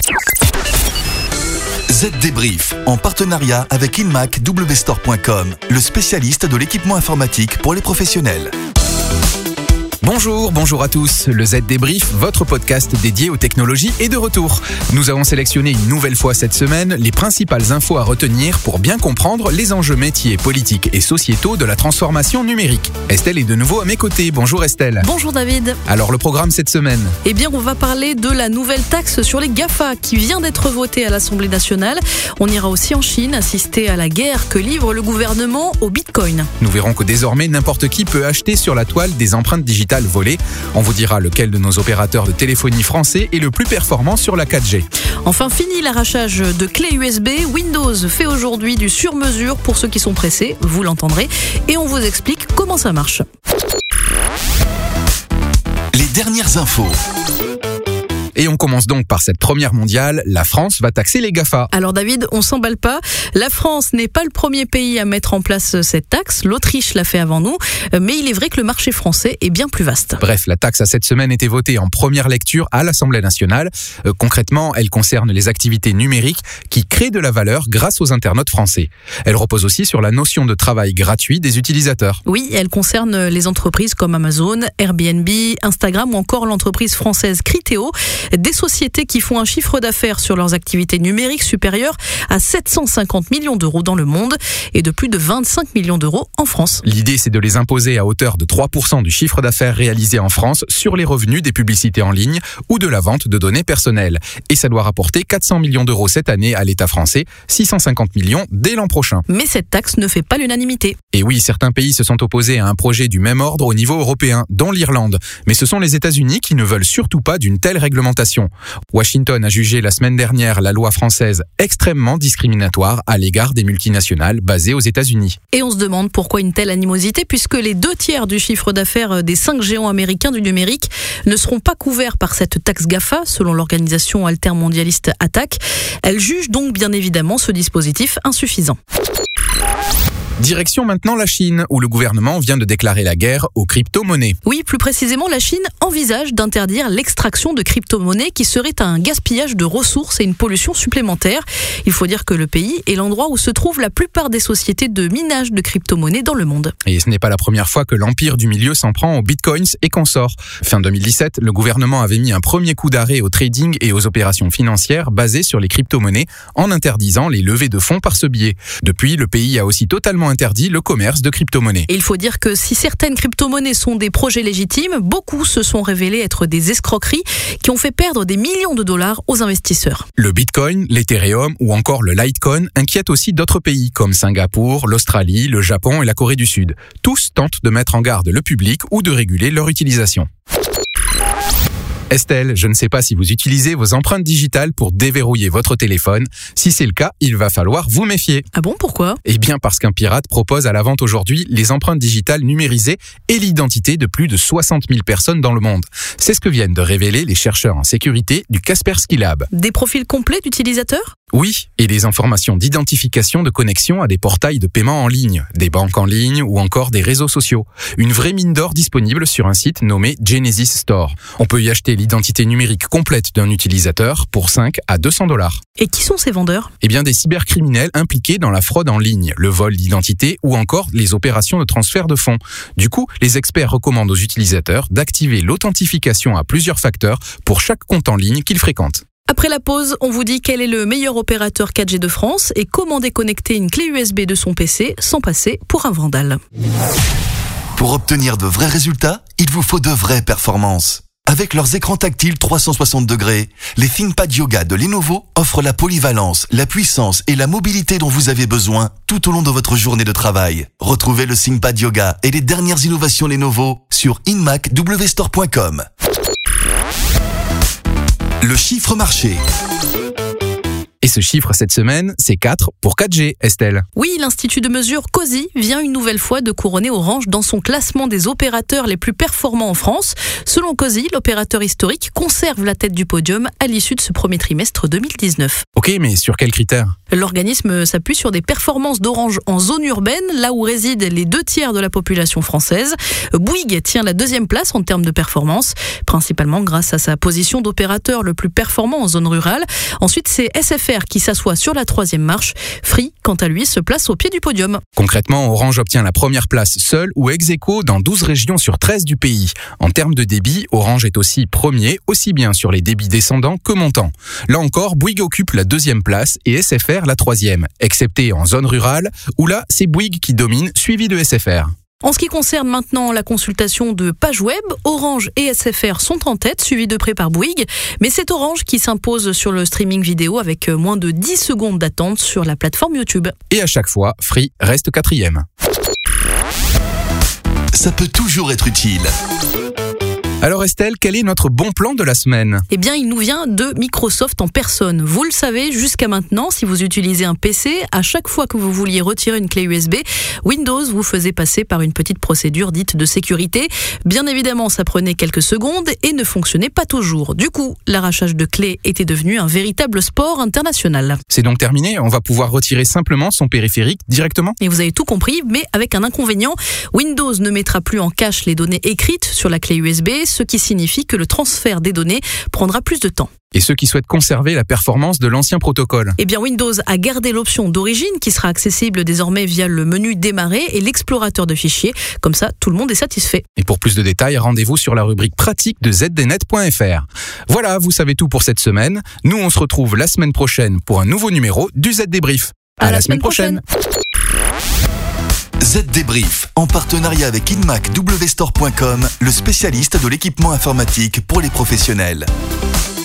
Z-Débrief, en partenariat avec InMacWstore.com, le spécialiste de l'équipement informatique pour les professionnels. Bonjour à tous. Le Z-Débrief, votre podcast dédié aux technologies, est de retour. Nous avons sélectionné une nouvelle fois cette semaine les principales infos à retenir pour bien comprendre les enjeux métiers, politiques et sociétaux de la transformation numérique. Estelle est de nouveau à mes côtés. Bonjour Estelle. Bonjour David. Alors le programme cette semaine? Eh bien, on va parler de la nouvelle taxe sur les GAFA qui vient d'être votée à l'Assemblée nationale. On ira aussi en Chine assister à la guerre que livre le gouvernement au Bitcoin. Nous verrons que désormais n'importe qui peut acheter sur la toile des empreintes digitales volées. On vous dira lequel de nos opérateurs de téléphonie français est le plus performant sur la 4G. Enfin, fini l'arrachage de clés USB. Windows fait aujourd'hui du sur-mesure pour ceux qui sont pressés, vous l'entendrez, et on vous explique comment ça marche. Les dernières infos. Et on commence donc par cette première mondiale. La France va taxer les GAFA. Alors David, on s'emballe pas. La France n'est pas le premier pays à mettre en place cette taxe. L'Autriche l'a fait avant nous. Mais il est vrai que le marché français est bien plus vaste. Bref, la taxe a cette semaine été votée en première lecture à l'Assemblée nationale. Concrètement, elle concerne les activités numériques qui créent de la valeur grâce aux internautes français. Elle repose aussi sur la notion de travail gratuit des utilisateurs. Oui, elle concerne les entreprises comme Amazon, Airbnb, Instagram ou encore l'entreprise française Criteo. Des sociétés qui font un chiffre d'affaires sur leurs activités numériques supérieur à 750 millions d'euros dans le monde et de plus de 25 millions d'euros en France. L'idée, c'est de les imposer à hauteur de 3% du chiffre d'affaires réalisé en France sur les revenus des publicités en ligne ou de la vente de données personnelles. Et ça doit rapporter 400 millions d'euros cette année à l'État français, 650 millions dès l'an prochain. Mais cette taxe ne fait pas l'unanimité. Et oui, certains pays se sont opposés à un projet du même ordre au niveau européen, dont l'Irlande. Mais ce sont les États-Unis qui ne veulent surtout pas d'une telle réglementation. Washington a jugé la semaine dernière la loi française extrêmement discriminatoire à l'égard des multinationales basées aux États-Unis. Et on se demande pourquoi une telle animosité, puisque les 2/3 du chiffre d'affaires des 5 géants américains du numérique ne seront pas couverts par cette taxe GAFA, selon l'organisation altermondialiste ATTAC. Elle juge donc bien évidemment ce dispositif insuffisant. Direction maintenant la Chine, où le gouvernement vient de déclarer la guerre aux crypto-monnaies. Oui, plus précisément, la Chine envisage d'interdire l'extraction de crypto-monnaies qui serait un gaspillage de ressources et une pollution supplémentaire. Il faut dire que le pays est l'endroit où se trouvent la plupart des sociétés de minage de crypto-monnaies dans le monde. Et ce n'est pas la première fois que l'empire du milieu s'en prend aux bitcoins et consorts. Fin 2017, le gouvernement avait mis un premier coup d'arrêt au trading et aux opérations financières basées sur les crypto-monnaies en interdisant les levées de fonds par ce biais. Depuis, le pays a aussi totalement interdit le commerce de crypto-monnaies. Et il faut dire que si certaines crypto-monnaies sont des projets légitimes, beaucoup se sont révélés être des escroqueries qui ont fait perdre des millions de dollars aux investisseurs. Le Bitcoin, l'Ethereum ou encore le Litecoin inquiètent aussi d'autres pays comme Singapour, l'Australie, le Japon et la Corée du Sud. Tous tentent de mettre en garde le public ou de réguler leur utilisation. Estelle, je ne sais pas si vous utilisez vos empreintes digitales pour déverrouiller votre téléphone. Si c'est le cas, il va falloir vous méfier. Ah bon, pourquoi ? Eh bien parce qu'un pirate propose à la vente aujourd'hui les empreintes digitales numérisées et l'identité de plus de 60 000 personnes dans le monde. C'est ce que viennent de révéler les chercheurs en sécurité du Kaspersky Lab. Des profils complets d'utilisateurs ? Oui, et des informations d'identification de connexion à des portails de paiement en ligne, des banques en ligne ou encore des réseaux sociaux. Une vraie mine d'or disponible sur un site nommé Genesis Store. On peut y acheter l'identité numérique complète d'un utilisateur pour 5 à 200 $. Et qui sont ces vendeurs ? Eh bien, des cybercriminels impliqués dans la fraude en ligne, le vol d'identité ou encore les opérations de transfert de fonds. Du coup, les experts recommandent aux utilisateurs d'activer l'authentification à plusieurs facteurs pour chaque compte en ligne qu'ils fréquentent. Après la pause, on vous dit quel est le meilleur opérateur 4G de France et comment déconnecter une clé USB de son PC sans passer pour un vandale. Pour obtenir de vrais résultats, il vous faut de vraies performances. Avec leurs écrans tactiles 360 degrés, les ThinkPad Yoga de Lenovo offrent la polyvalence, la puissance et la mobilité dont vous avez besoin tout au long de votre journée de travail. Retrouvez le ThinkPad Yoga et les dernières innovations Lenovo sur InMacWstore.com. Le chiffre marché. Et ce chiffre cette semaine, c'est 4 pour 4G, Estelle. Oui, l'Institut de mesure COSI vient une nouvelle fois de couronner Orange dans son classement des opérateurs les plus performants en France. Selon COSI, l'opérateur historique conserve la tête du podium à l'issue de ce premier trimestre 2019. Ok, mais sur quels critères ? L'organisme s'appuie sur des performances d'Orange en zone urbaine, là où résident les 2/3 de la population française. Bouygues tient la 2e place en termes de performance, principalement grâce à sa position d'opérateur le plus performant en zone rurale. Ensuite, c'est SFR qui s'assoit sur la 3e marche. Free, quant à lui, se place au pied du podium. Concrètement, Orange obtient la première place seule ou ex-aequo dans 12 régions sur 13 du pays. En termes de débit, Orange est aussi premier, aussi bien sur les débits descendants que montants. Là encore, Bouygues occupe la 2e place et SFR la 3e, excepté en zone rurale, où là, c'est Bouygues qui domine, suivi de SFR. En ce qui concerne maintenant la consultation de pages web, Orange et SFR sont en tête, suivis de près par Bouygues. Mais c'est Orange qui s'impose sur le streaming vidéo avec moins de 10 secondes d'attente sur la plateforme YouTube. Et à chaque fois, Free reste 4e. Ça peut toujours être utile. Alors Estelle, quel est notre bon plan de la semaine ? Eh bien, il nous vient de Microsoft en personne. Vous le savez, jusqu'à maintenant, si vous utilisez un PC, à chaque fois que vous vouliez retirer une clé USB, Windows vous faisait passer par une petite procédure dite de sécurité. Bien évidemment, ça prenait quelques secondes et ne fonctionnait pas toujours. Du coup, l'arrachage de clés était devenu un véritable sport international. C'est donc terminé ? On va pouvoir retirer simplement son périphérique directement ? Et vous avez tout compris, mais avec un inconvénient, Windows ne mettra plus en cache les données écrites sur la clé USB, ce qui signifie que le transfert des données prendra plus de temps. Et ceux qui souhaitent conserver la performance de l'ancien protocole ? Eh bien, Windows a gardé l'option d'origine qui sera accessible désormais via le menu Démarrer et l'explorateur de fichiers. Comme ça, tout le monde est satisfait. Et pour plus de détails, rendez-vous sur la rubrique pratique de zdnet.fr. Voilà, vous savez tout pour cette semaine. Nous, on se retrouve la semaine prochaine pour un nouveau numéro du Z Débrief. À la semaine prochaine. Z Débrief, en partenariat avec InMacWstore.com, le spécialiste de l'équipement informatique pour les professionnels.